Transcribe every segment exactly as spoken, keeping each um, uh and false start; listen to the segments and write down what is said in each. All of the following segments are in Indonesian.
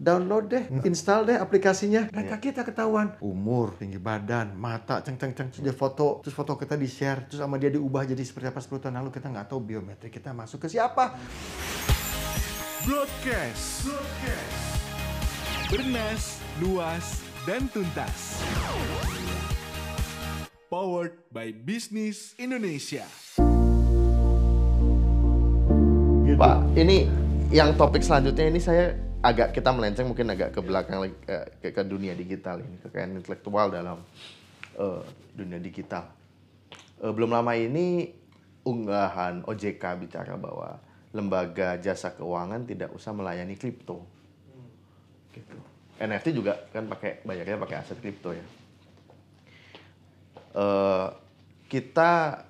download deh, install deh aplikasinya. Data kita ketahuan. Umur, tinggi badan, mata, ceng ceng ceng, dia foto, terus foto kita di-share, terus sama dia diubah jadi seperti apa sepuluh tahun lalu, kita nggak tahu biometrik kita masuk ke siapa. Broadcast. Bernas, luas, dan tuntas. Powered by Business Indonesia. Pak, ini yang topik selanjutnya ini saya agak kita melenceng mungkin agak ke belakang lagi ke, ke dunia digital ini, kekayaan intelektual dalam uh, dunia digital. Uh, belum lama ini unggahan O J K bicara bahwa lembaga jasa keuangan tidak usah melayani kripto. Gitu. N F T juga kan pakai bayarnya pakai aset kripto ya. Uh, kita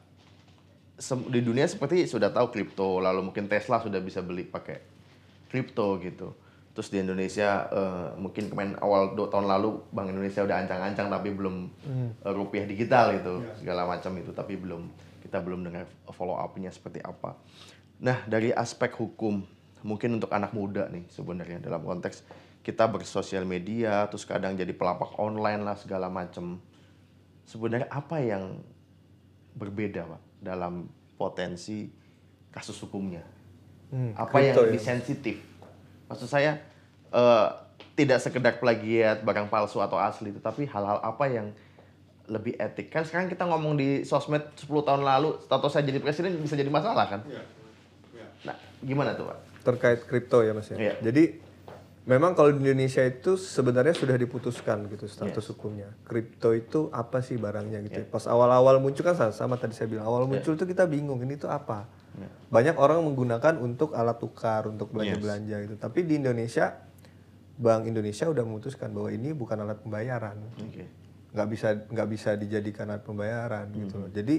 di dunia seperti sudah tahu kripto, lalu mungkin Tesla sudah bisa beli pakai kripto gitu. Terus di Indonesia uh, mungkin kemarin awal dua tahun lalu Bank Indonesia udah ancang-ancang tapi belum hmm. uh, rupiah digital itu ya. Segala macam itu tapi belum kita belum dengar follow up-nya seperti apa. Nah dari aspek hukum mungkin untuk anak muda nih sebenarnya dalam konteks kita bersosial media terus kadang jadi pelapak online lah segala macam. Sebenarnya apa yang berbeda Pak dalam potensi kasus hukumnya? Hmm, apa yang lebih ya? Sensitif? Maksud saya uh, tidak sekedar plagiat, barang palsu atau asli, tetapi hal-hal apa yang lebih etik? Kan sekarang kita ngomong di sosmed sepuluh tahun lalu, status saya jadi presiden bisa jadi masalah kan? Ya. Ya. Nah, gimana tuh Pak? Terkait kripto ya Mas ya. Ya. Jadi memang kalau di Indonesia itu sebenarnya sudah diputuskan gitu status yes. hukumnya. Kripto itu apa sih barangnya gitu. Yeah. Pas awal-awal muncul kan sama tadi saya bilang awal muncul yeah. tuh kita bingung ini tuh apa. Yeah. Banyak orang menggunakan untuk alat tukar, untuk belanja-belanja yes. gitu. Tapi di Indonesia Bank Indonesia udah memutuskan bahwa ini bukan alat pembayaran. Okay. Nggak bisa nggak bisa dijadikan alat pembayaran mm-hmm. gitu. Jadi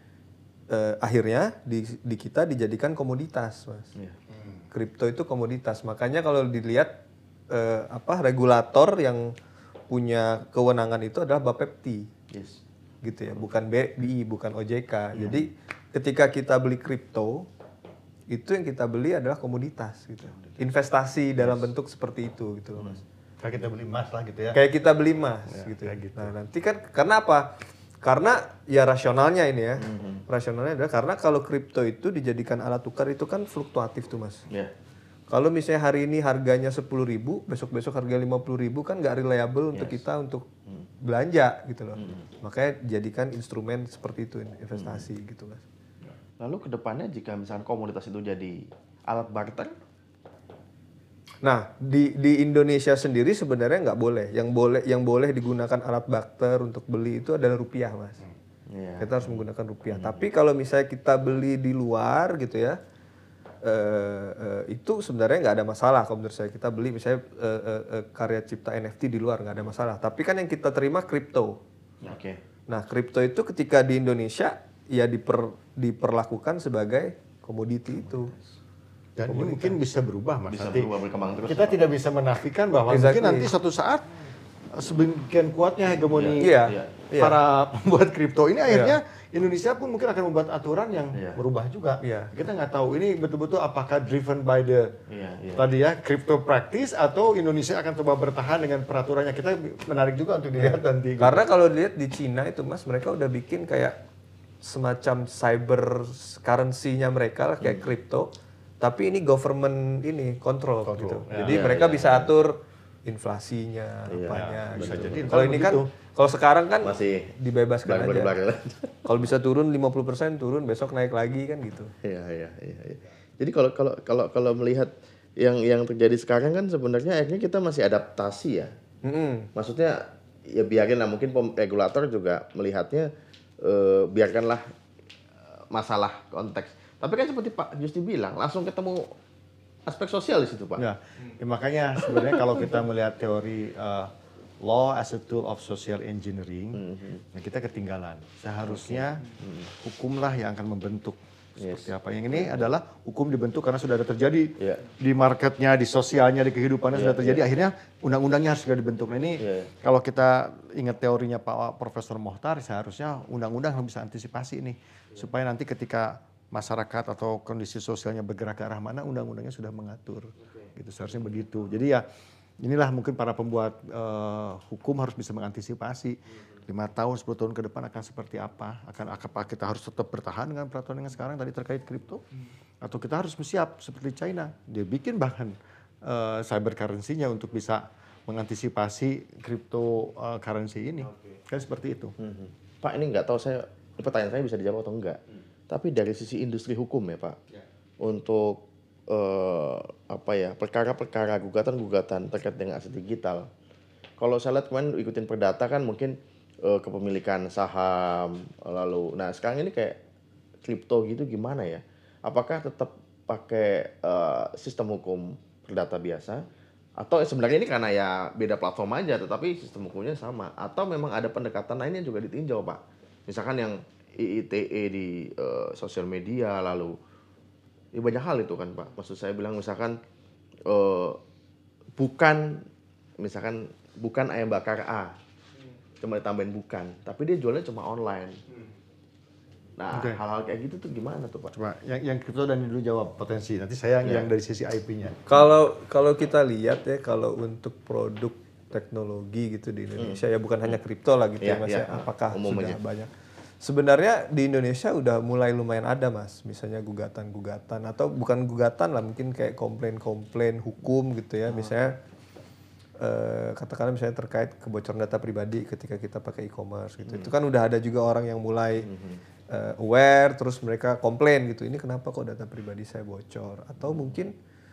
eh, akhirnya di, di kita dijadikan komoditas, Mas. Yeah. Mm. Kripto itu komoditas. Makanya kalau dilihat Uh, apa regulator yang punya kewenangan itu adalah Bapepti, yes. gitu ya, bukan B I, bukan O J K. Hmm. Jadi ketika kita beli kripto, itu yang kita beli adalah komoditas, gitu, investasi yes. dalam bentuk seperti itu, gitu loh Mas. Kayak kita beli emas lah, gitu ya. Kayak kita beli emas, ya, gitu. gitu. Nah nanti kan karena apa? Karena ya rasionalnya ini ya, hmm. rasionalnya adalah karena kalau kripto itu dijadikan alat tukar itu kan fluktuatif tuh Mas. Yeah. Kalau misalnya hari ini harganya sepuluh ribu, besok-besok harga lima puluh ribu kan nggak reliable yes. untuk kita untuk hmm. belanja gitu loh. Hmm. Makanya jadikan instrumen seperti itu investasi hmm. gitu Mas. Lalu kedepannya jika misalnya komoditas itu jadi alat barter? Nah di di Indonesia sendiri sebenarnya nggak boleh. Yang boleh yang boleh digunakan alat barter untuk beli itu adalah rupiah Mas. Hmm. Yeah. Kita harus menggunakan rupiah. Hmm. Tapi kalau misalnya kita beli di luar gitu ya. Uh, uh, itu sebenarnya nggak ada masalah kalau menurut saya. Kita beli misalnya uh, uh, uh, karya cipta N F T di luar nggak ada masalah. Tapi kan yang kita terima kripto. Oke. Okay. Nah kripto itu ketika di Indonesia ya diper, diperlakukan sebagai komoditi itu. Dan ini mungkin bisa berubah Mas. Bisa nanti berubah berkembang terus. Kita tidak bisa menafikan bahwa exactly. mungkin nanti suatu saat sebagian kuatnya hegemoni yeah. Yeah. para pembuat kripto ini akhirnya yeah. Indonesia pun mungkin akan membuat aturan yang yeah. berubah juga. Yeah. Kita nggak tahu ini betul-betul apakah driven by the yeah, yeah. tadi ya crypto practice atau Indonesia akan coba bertahan dengan peraturannya. Kita menarik juga untuk dilihat yeah. nanti. Karena gitu. Kalau dilihat di Cina itu Mas, mereka udah bikin kayak semacam cyber currency-nya mereka lah kayak kripto, hmm. tapi ini government ini kontrol gitu. Yeah. Jadi yeah, mereka yeah, bisa atur inflasinya, iya, apanya. Bisa gitu. Jadi kalau ini kan, kalau sekarang kan masih dibebaskan aja. Kalau bisa turun lima puluh persen turun, besok naik lagi kan gitu. Iya, iya, iya. iya. Jadi kalau kalau kalau kalau melihat yang yang terjadi sekarang kan sebenarnya akhirnya kita masih adaptasi ya. Mm-hmm. Maksudnya ya biarin lah, mungkin regulator juga melihatnya eh, biarkanlah masalah konteks. Tapi kan seperti Pak Jusdi bilang, langsung ketemu aspek sosial di situ Pak. Ya, ya makanya sebenarnya kalau kita melihat teori uh, law as a tool of social engineering, mm-hmm. nah kita ketinggalan. Seharusnya mm-hmm. hukumlah yang akan membentuk seperti yes. apa. Yang ini mm-hmm. adalah hukum dibentuk karena sudah ada terjadi yeah. di marketnya, di sosialnya, di kehidupannya yeah, sudah terjadi. Yeah. Akhirnya undang-undangnya harus sudah dibentuk. Nah ini yeah. kalau kita ingat teorinya Pak Profesor Mohtar, seharusnya undang-undang bisa antisipasi ini yeah. supaya nanti ketika masyarakat atau kondisi sosialnya bergerak ke arah mana, undang-undangnya sudah mengatur. Okay. Gitu seharusnya begitu. Jadi ya inilah mungkin para pembuat uh, hukum harus bisa mengantisipasi lima tahun, sepuluh tahun ke depan akan seperti apa, akan apa kita harus tetap bertahan dengan peraturan yang sekarang tadi terkait kripto, atau kita harus siap seperti China, dia bikin bahkan uh, cyber currency-nya untuk bisa mengantisipasi kripto uh, currency ini, okay. Kan seperti itu. Hmm. Pak, ini nggak tahu saya, pertanyaan saya bisa dijawab atau enggak, hmm. tapi dari sisi industri hukum ya Pak, ya. Untuk uh, apa ya perkara-perkara gugatan-gugatan terkait dengan aset digital, kalau saya lihat kemarin ikutin Perdata kan mungkin uh, kepemilikan saham, lalu, nah sekarang ini kayak kripto gitu gimana ya? Apakah tetap pakai uh, sistem hukum Perdata biasa? Atau sebenarnya ini karena ya beda platform aja, tetapi sistem hukumnya sama. Atau memang ada pendekatan lain yang juga ditinjau, Pak. Misalkan yang I I T E di uh, sosial media, lalu ya banyak hal itu kan, Pak. Maksud saya bilang misalkan uh, bukan, misalkan bukan ayam bakar A, cuma ditambahin bukan, tapi dia jualnya cuma online. Nah, okay. Hal-hal kayak gitu tuh gimana tuh Pak? Coba yang yang kripto dan dulu jawab potensi. Nanti saya yang, yeah. yang dari sisi I P-nya. Kalau kalau kita lihat ya, kalau untuk produk teknologi gitu di Indonesia hmm. ya bukan hmm. hanya kripto lah gitu yeah, ya Mas yeah. ya. Apakah Umumnya. Sudah banyak? Sebenarnya di Indonesia udah mulai lumayan ada Mas. Misalnya gugatan-gugatan atau bukan gugatan lah, mungkin kayak komplain-komplain hukum gitu ya. Hmm. Misalnya eh, katakanlah misalnya terkait kebocoran data pribadi ketika kita pakai e-commerce gitu. Hmm. Itu kan udah ada juga orang yang mulai hmm. Uh, aware, terus mereka komplain gitu, ini kenapa kok data pribadi saya bocor, atau mungkin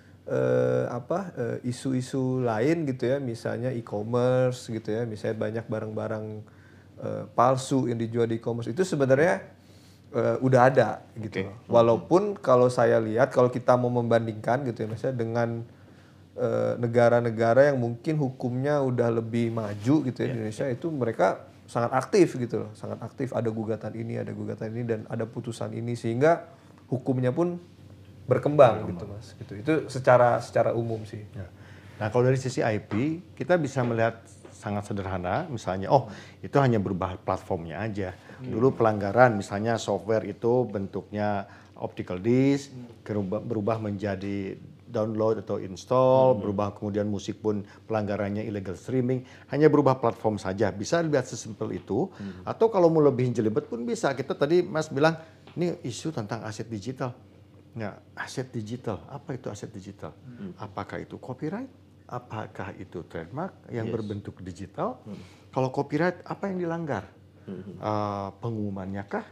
uh, apa uh, isu-isu lain gitu ya, misalnya e-commerce gitu ya, misalnya banyak barang-barang uh, palsu yang dijual di e-commerce, itu sebenarnya uh, udah ada gitu. Okay. Walaupun kalau saya lihat, kalau kita mau membandingkan gitu ya, misalnya dengan uh, negara-negara yang mungkin hukumnya udah lebih maju gitu ya, yeah. di Indonesia itu mereka sangat aktif gitu loh, sangat aktif, ada gugatan ini, ada gugatan ini, dan ada putusan ini, sehingga hukumnya pun berkembang, berkembang. gitu Mas. Gitu. Itu secara secara umum sih. Ya. Nah kalau dari sisi I P, kita bisa melihat sangat sederhana, misalnya, oh itu hanya berubah platformnya aja. Hmm. Dulu pelanggaran, misalnya software itu bentuknya optical disk, berubah, berubah menjadi download atau install, hmm. berubah kemudian musik pun pelanggarannya illegal streaming, hanya berubah platform saja. Bisa lihat sesimpel itu, hmm. atau kalau mau lebih jelibet pun bisa. Kita tadi Mas bilang, ini isu tentang aset digital. Nah, aset digital, apa itu aset digital? Hmm. Apakah itu copyright? Apakah itu trademark yang yes. berbentuk digital? Hmm. Kalau copyright, apa yang dilanggar? Hmm. Uh, pengumumannya kah?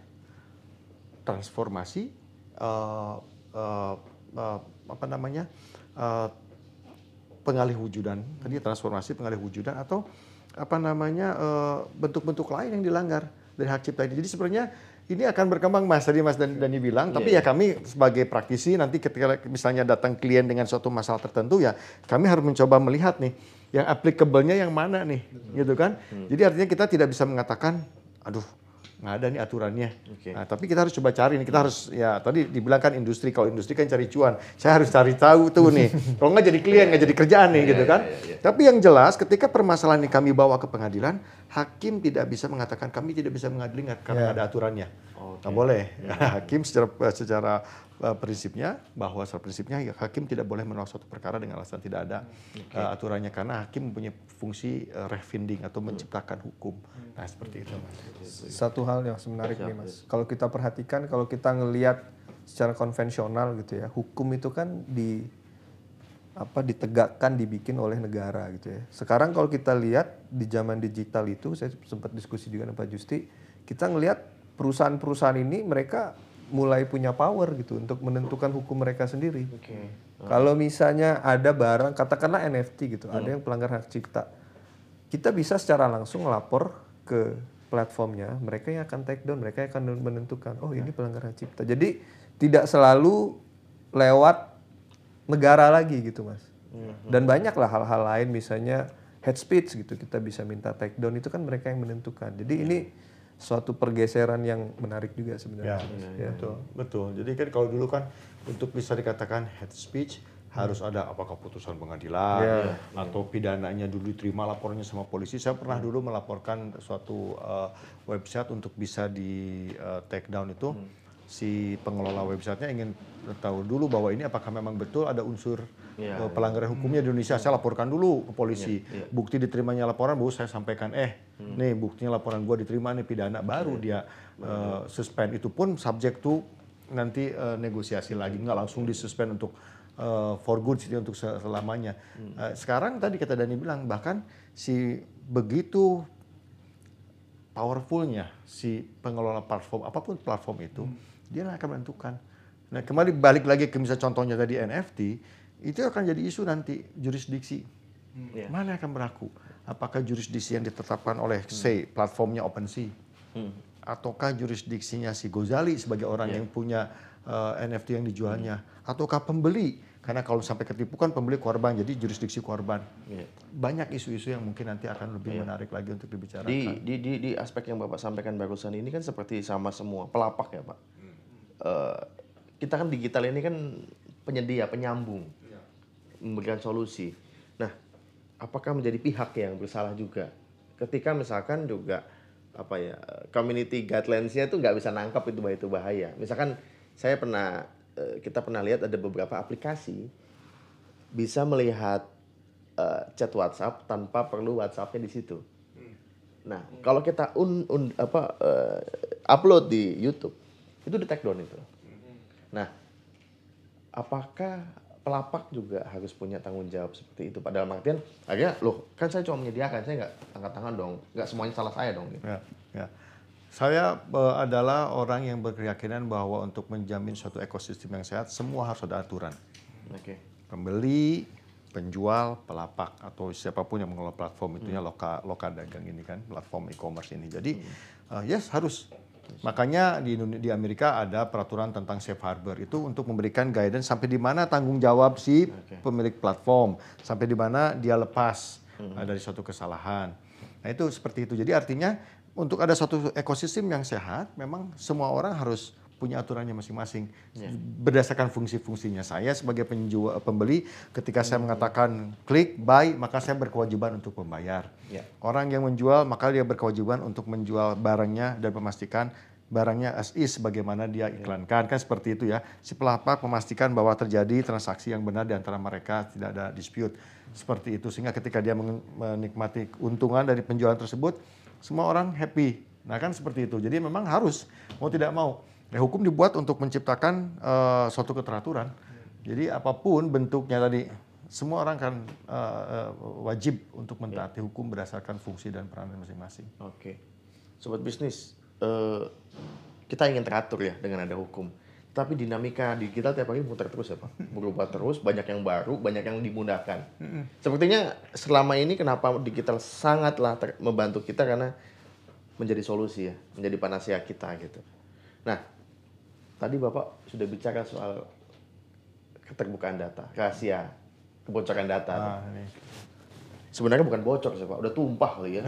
Transformasi? Uh, uh, uh, apa namanya uh, pengalih wujudan tadi transformasi pengalih wujudan atau apa namanya uh, bentuk-bentuk lain yang dilanggar dari hak cipta ini. Jadi sebenarnya ini akan berkembang Mas tadi Mas dan Dani bilang, yeah. tapi ya kami sebagai praktisi nanti ketika misalnya datang klien dengan suatu masalah tertentu ya kami harus mencoba melihat nih yang applicable-nya yang mana nih, hmm. gitu kan. Hmm. Jadi artinya kita tidak bisa mengatakan aduh nggak ada nih aturannya. Okay. Nah, tapi kita harus coba cari nih. Kita harus ya tadi dibilang kan industri, kalau industri kan cari cuan. Saya harus cari tahu tuh nih. Kalau nggak jadi klien, nggak jadi kerjaan nih gitu kan. Tapi yang jelas ketika permasalahan ini kami bawa ke pengadilan, hakim tidak bisa mengatakan kami tidak bisa mengadili karena yeah. ada aturannya. Okay. Nggak boleh. Yeah. Hakim secara secara uh, prinsipnya bahwa secara prinsipnya hakim tidak boleh menolak suatu perkara dengan alasan tidak ada okay. uh, aturannya, karena hakim mempunyai fungsi uh, refinding atau menciptakan hukum. Nah seperti itu Mas. Satu hal yang menarik nih Mas, kalau kita perhatikan, kalau kita ngelihat secara konvensional gitu ya, hukum itu kan di apa ditegakkan, dibikin oleh negara gitu ya. Sekarang kalau kita lihat di zaman digital itu, saya sempat diskusi juga dengan Pak Justi, kita ngelihat perusahaan-perusahaan ini mereka mulai punya power gitu untuk menentukan hukum mereka sendiri. Okay. Hmm. Kalau misalnya ada barang, katakanlah N F T gitu, hmm. ada yang pelanggar hak cipta, kita bisa secara langsung lapor ke platformnya, mereka yang akan take down, mereka yang akan menentukan, oh ini pelanggar hak cipta. Jadi tidak selalu lewat negara lagi gitu Mas. Hmm. Dan banyaklah hal-hal lain, misalnya hate speech gitu, kita bisa minta take down, itu kan mereka yang menentukan. Jadi hmm. ini suatu pergeseran yang menarik juga sebenarnya. Ya, ya, betul, betul. Jadi kan kalau dulu kan untuk bisa dikatakan hate speech hmm. harus ada apakah putusan pengadilan ya, atau pidananya dulu diterima laporannya sama polisi. Saya pernah hmm. dulu melaporkan suatu uh, website untuk bisa di uh, take down itu. Hmm. Si pengelola websitenya ingin tahu dulu bahwa ini apakah memang betul ada unsur Yeah, pelanggaran hukumnya di Indonesia, saya laporkan dulu ke polisi. Yeah, yeah. Bukti diterimanya laporan baru saya sampaikan, eh hmm. nih buktinya laporan gua diterima nih pidana, baru yeah. dia uh, suspend. Itu pun subject to nanti uh, negosiasi lagi, nggak langsung disuspend untuk uh, for good sih, untuk selamanya. Hmm. Uh, sekarang tadi kata Dani bilang, bahkan si begitu powerfulnya si pengelola platform, apapun platform itu, hmm. dia akan menentukan. Nah kembali balik lagi ke misalnya contohnya tadi N F T, itu akan jadi isu nanti jurisdiksi. Hmm. Yeah. Mana yang akan berlaku? Apakah jurisdiksi yang ditetapkan oleh, hmm. say, platformnya OpenSea, hmm. ataukah jurisdiksinya si Gozali sebagai orang yeah. yang punya uh, N F T yang dijualnya, hmm. ataukah pembeli? Karena kalau sampai ketipu kan pembeli korban, jadi jurisdiksi korban. Yeah. Banyak isu-isu yang mungkin nanti akan lebih yeah. menarik lagi untuk dibicarakan. Di, di, di, di aspek yang Bapak sampaikan barusan ini kan seperti sama semua pelapak ya Pak. Hmm. Uh, kita kan digital ini kan penyedia, penyambung. Memberikan solusi. Nah, apakah menjadi pihak yang bersalah juga? Ketika misalkan juga apa ya community guidelines-nya itu nggak bisa nangkap itu bahaya itu bahaya. Misalkan saya pernah kita pernah lihat ada beberapa aplikasi bisa melihat uh, chat WhatsApp tanpa perlu WhatsApp-nya di situ. Nah, kalau kita un, un apa uh, upload di YouTube itu di take down itu. Nah, apakah pelapak juga harus punya tanggung jawab seperti itu? Padahal artian akhirnya loh kan saya cuma menyediakan, saya nggak angkat tangan dong, nggak semuanya salah saya dong. Gitu. Ya, ya. Saya uh, adalah orang yang berkeyakinan bahwa untuk menjamin suatu ekosistem yang sehat semua harus ada aturan. Oke. Okay. Pembeli, penjual, pelapak atau siapapun yang mengelola platform itunya hmm. loka loka dagang ini kan, platform e-commerce ini. Jadi hmm. uh, yes harus. Makanya di di Amerika ada peraturan tentang safe harbor itu untuk memberikan guidance sampai di mana tanggung jawab si okay. pemilik platform, sampai di mana dia lepas hmm. uh, dari suatu kesalahan. Nah itu seperti itu. Jadi artinya untuk ada suatu ekosistem yang sehat, memang semua orang harus punya aturannya masing-masing yeah. berdasarkan fungsi-fungsinya. Saya sebagai penjual pembeli, ketika hmm. saya mengatakan klik buy, maka saya berkewajiban untuk membayar. Yeah. Orang yang menjual, maka dia berkewajiban untuk menjual barangnya dan memastikan barangnya as is bagaimana dia iklankan. Yeah. Kan seperti itu ya. Si pelapak memastikan bahwa terjadi transaksi yang benar di antara mereka, tidak ada dispute. Seperti itu, sehingga ketika dia menikmati keuntungan dari penjualan tersebut, semua orang happy. Nah kan seperti itu. Jadi memang harus, mau tidak mau, ya, hukum dibuat untuk menciptakan uh, suatu keteraturan. Jadi apapun bentuknya tadi, semua orang kan uh, uh, wajib untuk mentaati hukum berdasarkan fungsi dan peranan masing-masing. Oke, sobat bisnis, uh, kita ingin teratur ya dengan ada hukum. Tapi dinamika di kita tiap hari muter terus ya Pak, berubah terus, banyak yang baru, banyak yang dimudahkan. Mm-hmm. Sepertinya selama ini kenapa digital sangatlah ter- membantu kita karena menjadi solusi ya, menjadi panacea kita gitu. Nah, tadi Bapak sudah bicara soal keterbukaan data, rahasia, kebocoran data. Ah, ini. Sebenarnya bukan bocor sih Pak, udah tumpah kali ya.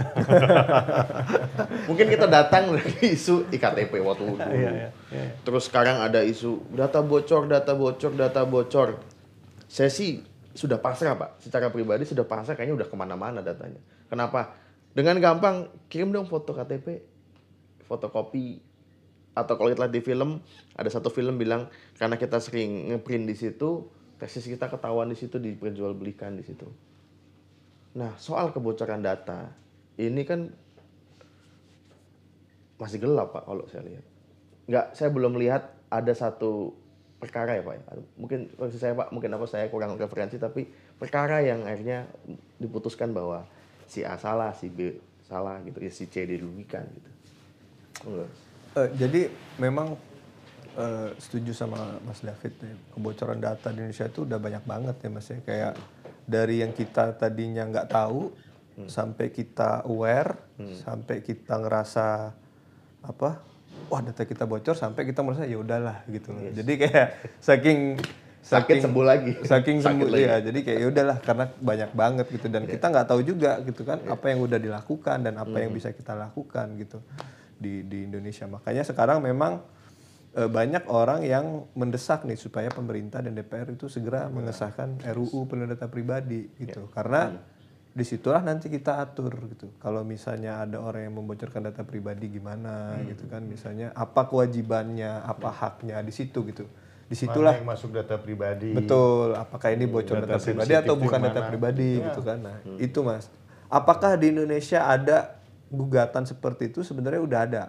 Mungkin kita datang dari isu I K T P waktu dulu. Iya, iya, iya. Terus sekarang ada isu data bocor, data bocor, data bocor. Saya sih sudah pasrah Pak, secara pribadi sudah pasrah, kayaknya udah kemana-mana datanya. Kenapa? Dengan gampang, kirim dong foto K T P, fotokopi. Atau kalau kita lihat di film, ada satu film bilang karena kita sering ngeprint di situ, tesis kita ketahuan di situ, diperjualbelikan di situ. Nah, soal kebocoran data, ini kan masih gelap Pak kalau saya lihat. Nggak, saya belum lihat ada satu perkara ya Pak. Ya. Mungkin versi saya Pak, mungkin apa saya kurang referensi, tapi perkara yang akhirnya diputuskan bahwa si A salah, si B salah gitu, ya si C dirugikan gitu. Enggak. Uh, jadi memang uh, setuju sama Mas David ya. Kebocoran data di Indonesia itu udah banyak banget ya Mas ya. Kayak dari yang kita tadinya nggak tahu hmm. sampai kita aware, hmm. sampai kita ngerasa apa, wah data kita bocor, sampai kita merasa ya udahlah gitu. Yes. Jadi kayak saking sakit saking, sembuh lagi, saking sembuh ya. Jadi kayak ya udahlah karena banyak banget gitu dan yeah. kita nggak tahu juga gitu kan yeah. apa yang udah dilakukan dan apa hmm. yang bisa kita lakukan gitu di di Indonesia. Makanya sekarang memang e, banyak orang yang mendesak nih supaya pemerintah dan D P R itu segera hmm. mengesahkan R U U perlindungan data pribadi gitu. Yeah. Karena hmm. disitulah nanti kita atur gitu. Kalau misalnya ada orang yang membocorkan data pribadi gimana hmm. gitu kan, misalnya apa kewajibannya, apa hmm. haknya di situ gitu. Di disitulah mana yang masuk data pribadi. Betul, apakah ini bocor Data data, pribadi sensitif atau bukan yang data mana. pribadi Ya. gitu kan. Nah, itu Mas. Apakah di Indonesia ada gugatan seperti itu? Sebenarnya udah ada.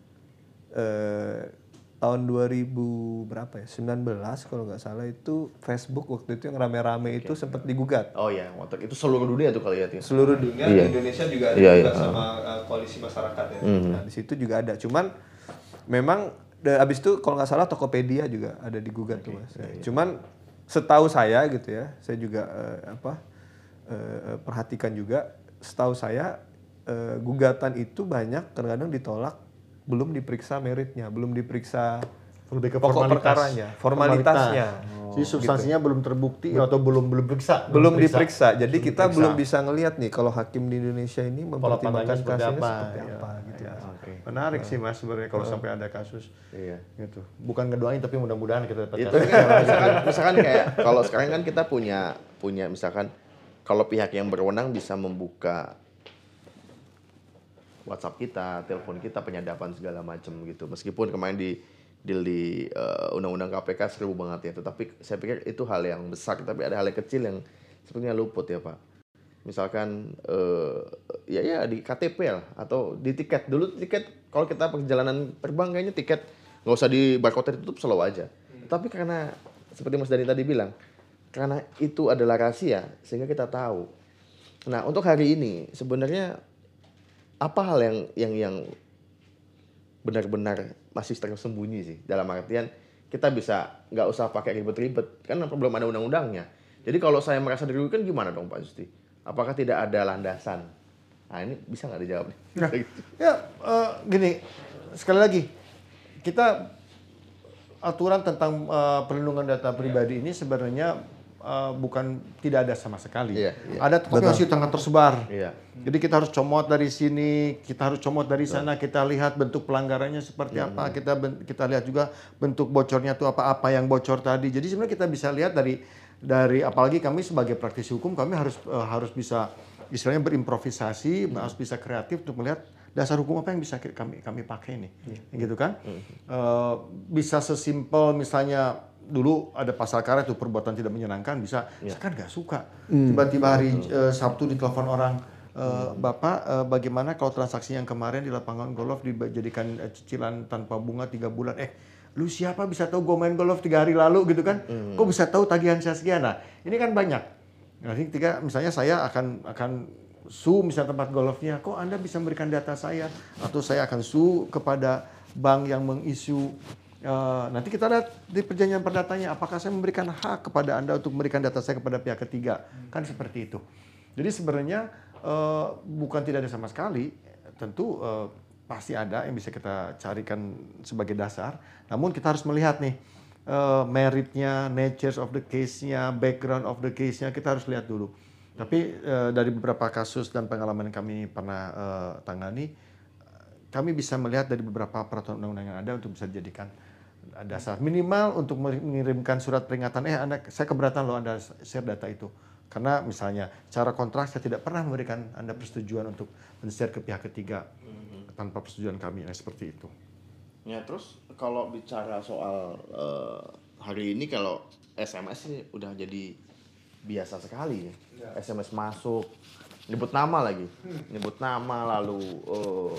Eh, tahun dua ribu berapa ya? sembilan belas kalau nggak salah itu Facebook waktu itu yang rame-rame itu sempat digugat. Oh ya, waktu itu seluruh dunia tuh kali ya. Tia. Seluruh dunia, Iya. di Indonesia juga ada Iya, juga iya. sama uh, koalisi masyarakat ya. Mhm. Nah, di situ juga ada. Cuman memang da- abis itu kalau nggak salah Tokopedia juga ada digugat tuh Mas. Cuman setahu saya gitu ya, saya juga uh, apa uh, perhatikan juga, setahu saya uh, gugatan itu banyak kadang-kadang ditolak belum diperiksa meritnya, belum diperiksa Lebih ke pokok formalitas. perkaranya, formalitasnya. Formalitas. Jadi substansinya belum terbukti atau belum belum periksa. Belum diperiksa. Jadi Belum kita diperiksa. belum bisa ngelihat nih kalau hakim di Indonesia ini Pola mempertimbangkan pandangnya seperti kasusnya apa, seperti ya. apa gitu. Ya. Oke. Menarik sih Mas sebenarnya kalau sampai ada kasus. Iya. Gitu. Bukan ngedoain tapi mudah-mudahan kita dapat Itu kasus. kan misalkan, misalkan kayak kalau sekarang kan kita punya punya misalkan kalau pihak yang berwenang bisa membuka WhatsApp kita, telepon kita, penyadapan segala macam gitu. Meskipun kemarin di deal di uh, undang-undang K P K seru banget ya, tetapi saya pikir itu hal yang besar, tapi ada hal yang kecil yang sepertinya luput ya Pak. Misalkan uh, ya ya di K T P lah atau di tiket. Dulu tiket kalau kita perjalanan terbang kayaknya tiket nggak usah di barcode ditutup slow aja. Hmm. Tapi karena seperti Mas Dani tadi bilang, karena itu adalah rahasia sehingga kita tahu. Nah, untuk hari ini sebenarnya apa hal yang yang yang benar-benar masih tersembunyi sih, dalam artian kita bisa nggak usah pakai ribet-ribet kan belum ada undang-undangnya. Jadi kalau saya merasa dirugikan gimana dong Pak Justi? Apakah tidak ada landasan? Nah ini bisa nggak dijawab nih? Nah, ya eh, gini, sekali lagi kita aturan tentang eh, perlindungan data pribadi ini sebenarnya eh, bukan tidak ada sama sekali. Iya, iya. Ada tapi masih tengah tersebar. Iya. Jadi kita harus comot dari sini, kita harus comot dari sana, kita lihat bentuk pelanggarannya seperti apa, kita ben- kita lihat juga bentuk bocornya itu apa-apa yang bocor tadi. Jadi sebenarnya kita bisa lihat dari dari apalagi kami sebagai praktisi hukum kami harus eh, harus bisa istilahnya berimprovisasi, harus bisa kreatif untuk melihat dasar hukum apa yang bisa ki- kami kami pakai nih, gitu kan? Eh, bisa sesimpel misalnya dulu ada pasal karet itu perbuatan tidak menyenangkan bisa, saya kan nggak suka. Tiba-tiba hari eh, Sabtu ditelepon orang, eh, Bapak eh, bagaimana kalau transaksi yang kemarin di lapangan golf dijadikan eh, cicilan tanpa bunga tiga bulan? Eh, lu siapa bisa tahu gue main golf tiga hari lalu gitu kan? Kok bisa tahu tagihan saya sekian? Nah, ini kan banyak. Nanti ketika misalnya saya akan akan su misalnya tempat golfnya, kok Anda bisa memberikan data saya? Atau saya akan su kepada bank yang mengisu. Uh, nanti kita lihat di perjanjian perdatanya, apakah saya memberikan hak kepada Anda untuk memberikan data saya kepada pihak ketiga. Kan seperti itu. Jadi sebenarnya uh, bukan tidak ada sama sekali, tentu uh, pasti ada yang bisa kita carikan sebagai dasar. Namun kita harus melihat nih, uh, meritnya, nature of the case-nya, background of the case-nya, kita harus lihat dulu. Tapi uh, dari beberapa kasus dan pengalaman kami pernah uh, tangani, kami bisa melihat dari beberapa peraturan undang-undang yang ada untuk bisa dijadikan dasar minimal untuk mengirimkan surat peringatan, eh Anda, saya keberatan loh Anda share data itu. Karena misalnya cara kontrak saya tidak pernah memberikan Anda persetujuan untuk men-share ke pihak ketiga mm-hmm. tanpa persetujuan kami, nah, seperti itu. Ya terus kalau bicara soal uh, hari ini kalau S M S sih udah jadi biasa sekali ya. Ya. S M S masuk, nyebut nama lagi, hmm. nyebut nama lalu uh,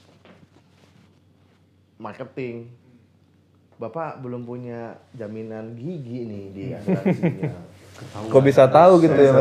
marketing. Bapak belum punya jaminan gigi nih di asuransinya. Kok bisa tahu gitu ya Mas?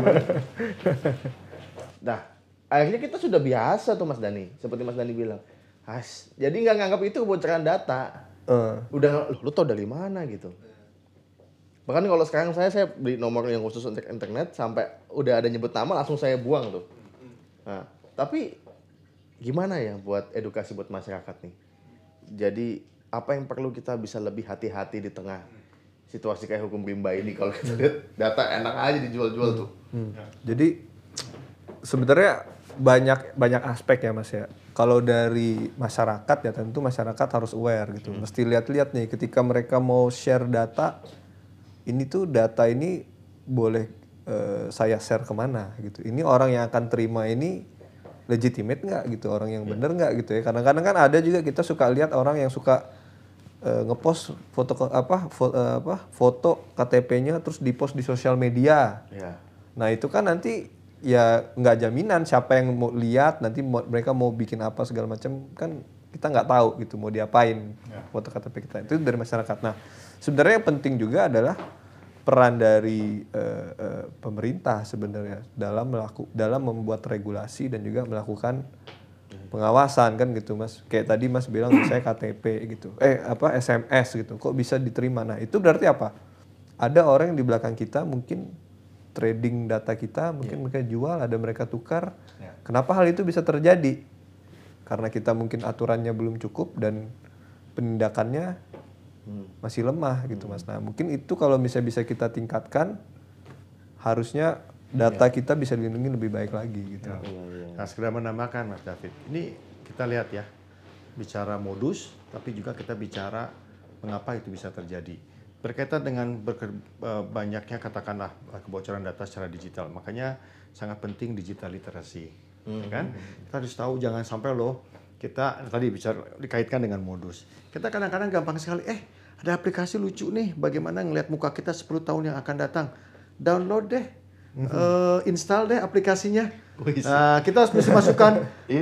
Nah, akhirnya kita sudah biasa tuh Mas Dani, seperti Mas Dani bilang. Has, jadi nggak nganggap itu kebocoran data. Uh. Udah, lu, lu tau dari mana gitu. Bahkan kalau sekarang saya saya beli nomor yang khusus untuk internet sampai udah ada nyebut nama langsung saya buang tuh. Nah, tapi gimana ya buat edukasi buat masyarakat nih? Jadi apa yang perlu kita bisa lebih hati-hati di tengah situasi kayak hukum rimba ini kalau kita lihat data enak aja dijual-jual tuh. Hmm. Jadi sebenarnya banyak banyak aspek ya Mas ya. Kalau dari masyarakat ya tentu masyarakat harus aware gitu. Hmm. Mesti lihat-lihat nih ketika mereka mau share data, ini tuh data ini boleh uh, saya share kemana gitu. Ini orang yang akan terima ini legitimate nggak gitu, orang yang bener nggak gitu ya. Kadang-kadang kan ada juga kita suka lihat orang yang suka uh, ngepost foto apa foto, uh, apa foto K T P-nya terus dipost di sosial media. Ya. Nah itu kan nanti ya nggak jaminan siapa yang mau lihat nanti mau, mereka mau bikin apa segala macam kan kita nggak tahu gitu mau diapain ya. Foto K T P kita itu dari masyarakat. Nah sebenarnya yang penting juga adalah peran dari uh, uh, pemerintah sebenarnya dalam melaku, dalam membuat regulasi dan juga melakukan pengawasan kan gitu Mas. Kayak tadi Mas bilang saya K T P gitu. Eh apa S M S gitu. Kok bisa diterima? Nah, itu berarti apa? Ada orang yang di belakang kita mungkin trading data kita, mungkin yeah. mereka jual, ada mereka tukar. Yeah. Kenapa hal itu bisa terjadi? Karena kita mungkin aturannya belum cukup dan penindakannya hmm. masih lemah gitu Mas. Nah, mungkin itu kalau misalnya bisa kita tingkatkan harusnya data kita bisa dilindungi lebih baik lagi gitu. Ya. Nah, sekedar menambahkan Mas David, ini kita lihat ya, bicara modus, tapi juga kita bicara mengapa itu bisa terjadi. Berkaitan dengan berke, banyaknya katakanlah kebocoran data secara digital, makanya sangat penting digital literacy, hmm. ya kan? Kita harus tahu jangan sampai loh kita tadi bicara dikaitkan dengan modus. Kita kadang-kadang gampang sekali, eh ada aplikasi lucu nih, bagaimana ngelihat muka kita sepuluh tahun yang akan datang, download deh. Uh, install deh aplikasinya. Nah, kita harus bisa masukkan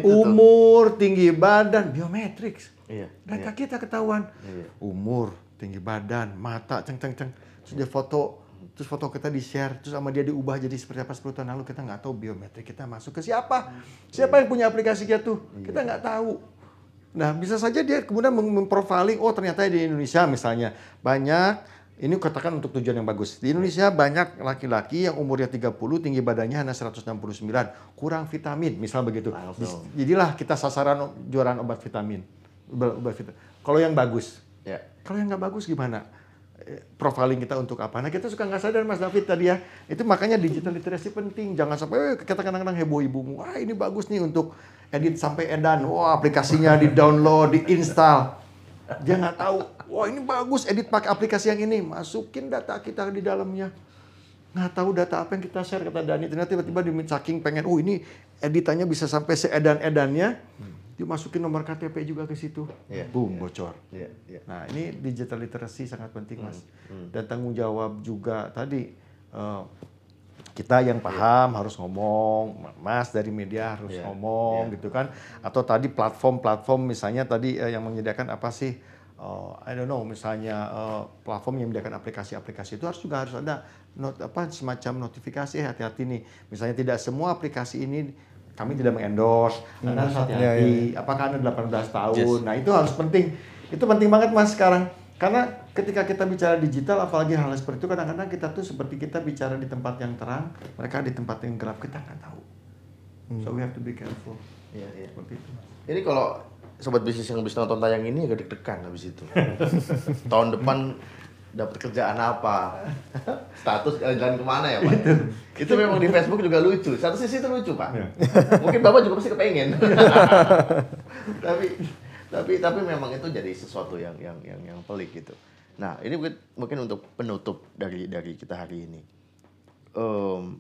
umur, tinggi badan, biometrics. Iya, data iya. kita ketahuan. Iya. Umur, tinggi badan, mata, ceng ceng ceng. Terus dia foto, terus foto kita di-share, terus sama dia diubah jadi seperti apa sepuluh tahun lalu, kita nggak tahu biometrik kita masuk ke siapa. Siapa yang punya aplikasi gitu? Kita nggak tahu. Nah, bisa saja dia kemudian memprofiling, oh ternyata di Indonesia misalnya banyak. Ini katakan untuk tujuan yang bagus. Di Indonesia banyak laki-laki yang umurnya tiga puluh, tinggi badannya hanya seratus enam puluh sembilan, kurang vitamin, misal begitu. Langsung. Jadilah kita sasaran jualan obat vitamin. Obat vitamin. Kalau yang bagus, ya. Kalau yang nggak bagus gimana? Profiling kita untuk apa? Nah kita suka nggak sadar Mas David tadi ya. Itu makanya digital literacy penting. Jangan sampai kita kadang-kadang heboh ibumu. Wah ini bagus nih untuk edit sampai edan. Wah aplikasinya di-download, di-install. Dia nggak tahu, wah ini bagus edit pakai aplikasi yang ini, masukin data kita di dalamnya. Nggak tahu data apa yang kita share, kata Dani, ternyata tiba-tiba diminta saking pengen, oh ini editannya bisa sampai seedan-edannya, hmm. dimasukin nomor K T P juga ke situ, yeah, boom, yeah. bocor. Yeah, yeah. Nah ini digital literacy sangat penting Mas. Hmm, hmm. Dan tanggung jawab juga tadi, uh, kita yang paham yeah. harus ngomong, Mas dari media harus yeah. ngomong yeah. gitu kan. Atau tadi platform-platform misalnya tadi uh, yang menyediakan apa sih, uh, I don't know, misalnya uh, platform yang menyediakan aplikasi-aplikasi itu harus juga harus ada not, apa semacam notifikasi, eh, hati-hati nih. Misalnya tidak semua aplikasi ini kami tidak mengendorse, hmm. Anda harus hati-hati. Yeah, yeah. Apakah Anda delapan belas tahun? Yes. Nah itu harus penting. Itu penting banget Mas sekarang. Karena ketika kita bicara digital, apalagi hal seperti itu, kadang-kadang kita tuh seperti kita bicara di tempat yang terang, mereka di tempat yang gelap, kita nggak tahu. Hmm. So we have to be careful. Iya, iya. Seperti itu. Ini kalau sobat bisnis yang bisa nonton tayang ini agak deg-degan habis itu. Tahun depan dapat kerjaan apa? Status jalan kemana ya Pak? Itu, itu memang di Facebook juga lucu. Satu sisi itu lucu Pak. Ya. Mungkin Bapak juga pasti kepengen. Tapi tapi tapi memang itu jadi sesuatu yang yang yang yang pelik gitu. Nah ini mungkin mungkin untuk penutup dari dari kita hari ini, um,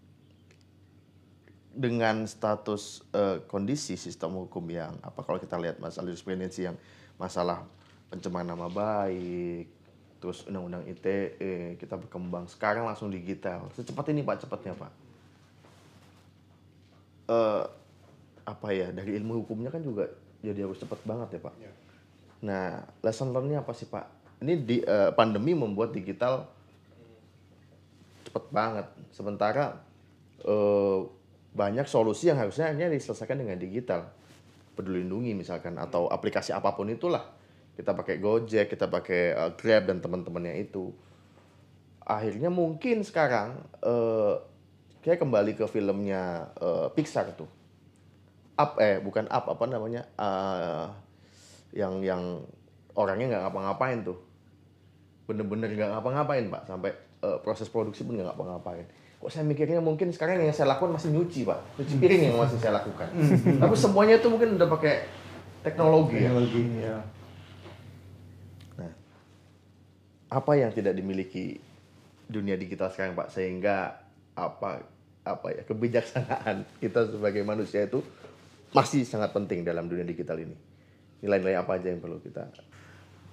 dengan status uh, kondisi sistem hukum yang apa kalau kita lihat masalah jurisprudensi yang masalah pencemaran nama baik, terus undang-undang I T E kita berkembang sekarang langsung digital secepat ini Pak, cepatnya Pak. Uh, apa ya dari ilmu hukumnya kan juga jadi harus cepat banget ya Pak. Ya. Nah, lesson learn-nya apa sih Pak? Ini di uh, pandemi membuat digital cepat banget. Sementara uh, banyak solusi yang harusnya hanya diselesaikan dengan digital. Peduli Lindungi misalkan atau aplikasi apapun itulah. Kita pakai Gojek, kita pakai uh, Grab dan teman-temannya itu. Akhirnya mungkin sekarang uh, kayak kembali ke filmnya uh, Pixar tuh. Up eh bukan up apa namanya uh, yang yang orangnya nggak ngapa-ngapain tuh, bener-bener nggak ngapa-ngapain Pak sampai uh, proses produksi pun nggak ngapa-ngapain. Kok saya mikirnya mungkin sekarang yang saya lakukan masih nyuci Pak, nyuci piring yang masih saya lakukan. Tapi semuanya itu mungkin udah pakai teknologi. Teknologi ya. Nah, apa yang tidak dimiliki dunia digital sekarang Pak sehingga apa apa ya kebijaksanaan kita sebagai manusia itu masih sangat penting dalam dunia digital ini. Nilai-nilai apa aja yang perlu kita?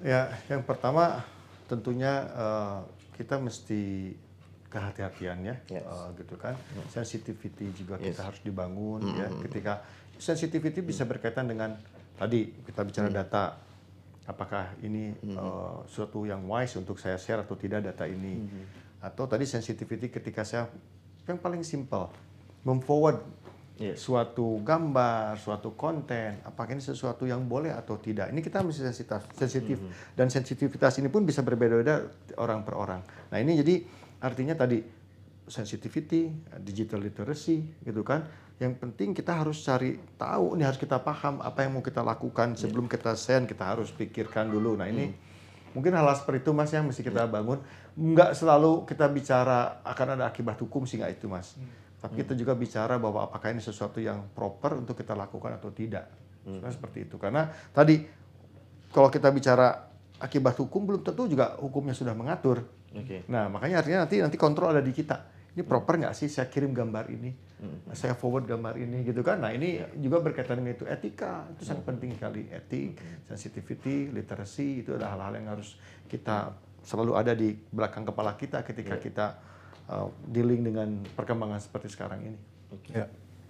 Ya, yang pertama tentunya uh, kita mesti kehati-hatian ya, Yes. uh, gitu kan. Sensitivity juga Yes. kita harus dibangun Mm-hmm. ya. Ketika sensitivity bisa berkaitan dengan tadi kita bicara data, apakah ini uh, suatu yang wise untuk saya share atau tidak data ini, atau tadi sensitivity ketika saya yang paling simple memforward Yes. suatu gambar, suatu konten, apakah ini sesuatu yang boleh atau tidak. Ini kita mesti sensitif, sensitif. Dan sensitivitas ini pun bisa berbeda-beda orang per orang. Nah ini jadi artinya tadi sensitivity, digital literacy, gitu kan. Yang penting kita harus cari tahu, ini harus kita paham apa yang mau kita lakukan sebelum kita send, kita harus pikirkan dulu. Nah ini mungkin hal-hal seperti itu mas yang mesti kita bangun. Nggak selalu kita bicara akan ada akibat hukum sih nggak itu mas. Tapi kita juga bicara bahwa apakah ini sesuatu yang proper untuk kita lakukan atau tidak. Sebenarnya seperti itu. Karena tadi kalau kita bicara akibat hukum belum tentu juga hukumnya sudah mengatur. Oke. Nah makanya artinya nanti nanti kontrol ada di kita. Ini proper nggak sih saya kirim gambar ini, saya forward gambar ini gitu kan. Nah ini juga berkaitan dengan itu etika, itu sangat penting sekali. Etik, sensitivity, literacy itu adalah hal-hal yang harus kita selalu ada di belakang kepala kita ketika kita uh, dealing dengan perkembangan seperti sekarang ini. Ya.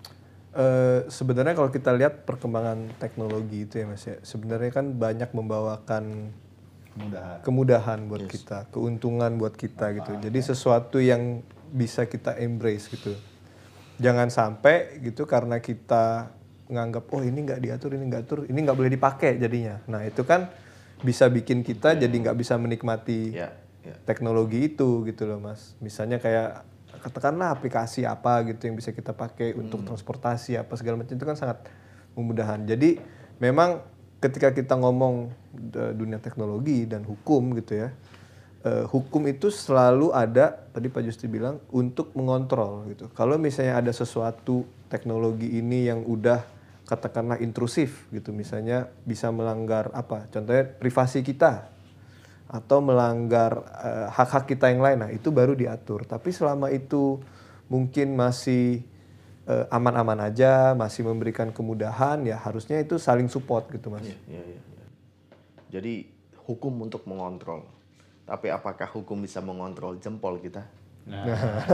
Uh, sebenarnya kalau kita lihat perkembangan teknologi itu ya mas ya, sebenarnya kan banyak membawakan Kemudahan. kemudahan buat kita, keuntungan buat kita gitu. Jadi sesuatu yang bisa kita embrace gitu. Jangan sampai gitu karena kita menganggap oh ini nggak diatur, ini nggak atur, ini nggak boleh dipakai jadinya. Nah itu kan bisa bikin kita jadi nggak bisa menikmati Ya, ya. teknologi itu gitu loh mas. Misalnya kayak katakanlah aplikasi apa gitu yang bisa kita pakai untuk transportasi apa segala macam itu kan sangat memudahkan. Jadi memang ketika kita ngomong uh, dunia teknologi dan hukum gitu ya, uh, hukum itu selalu ada, tadi Pak Justi bilang, untuk mengontrol gitu. Kalau misalnya ada sesuatu teknologi ini yang udah katakanlah intrusif gitu, misalnya bisa melanggar apa, contohnya privasi kita, atau melanggar uh, hak-hak kita yang lain, nah itu baru diatur. Tapi selama itu mungkin masih Uh, aman-aman aja, masih memberikan kemudahan, ya harusnya itu saling support gitu mas. Ya, ya, ya, ya. Jadi hukum untuk mengontrol. Tapi apakah hukum bisa mengontrol jempol kita? Nah,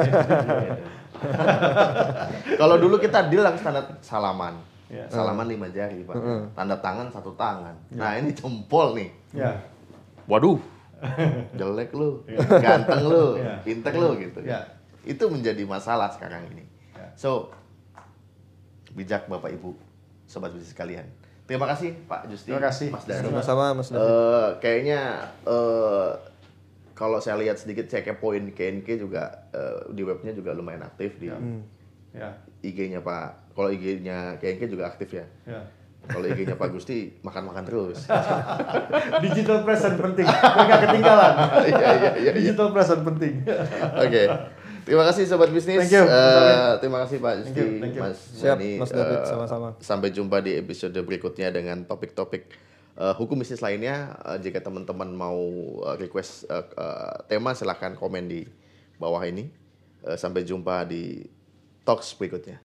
Kalau dulu kita deal yang standar salaman. Ya. Salaman lima jari, Pak. Tanda tangan satu tangan. Nah, ini jempol nih. ya, Waduh. Jelek lu, ganteng lu, Ya. pinter lu gitu. Ya. Itu menjadi masalah sekarang ini. Ya. So, bijak Bapak Ibu, sobat bisnis sekalian. Terima kasih Pak Justi, Terima kasih. Mas Dani. Sama-sama mas David. Eh, kayaknya eh, kalau saya lihat sedikit, saya kepoin K N K juga eh, di webnya juga lumayan aktif di ya, I G-nya Pak. Kalau I G-nya K N K juga aktif ya. ya. Kalau I G-nya Pak Gusti makan-makan terus. Digital presence penting, nggak ketinggalan. Iya, iya, iya, iya. Digital presence penting. Oke. Terima kasih sobat bisnis. Thank you, Mas Eh, David. terima kasih Pak Justi, Thank you, thank you. Mas Siap, Dani. Mas David, Eh, sama-sama. Sampai jumpa di episode berikutnya dengan topik-topik eh, hukum bisnis lainnya. Eh, jika teman-teman mau eh, request eh, eh, tema, silahkan komen di bawah ini. Eh, sampai jumpa di talks berikutnya.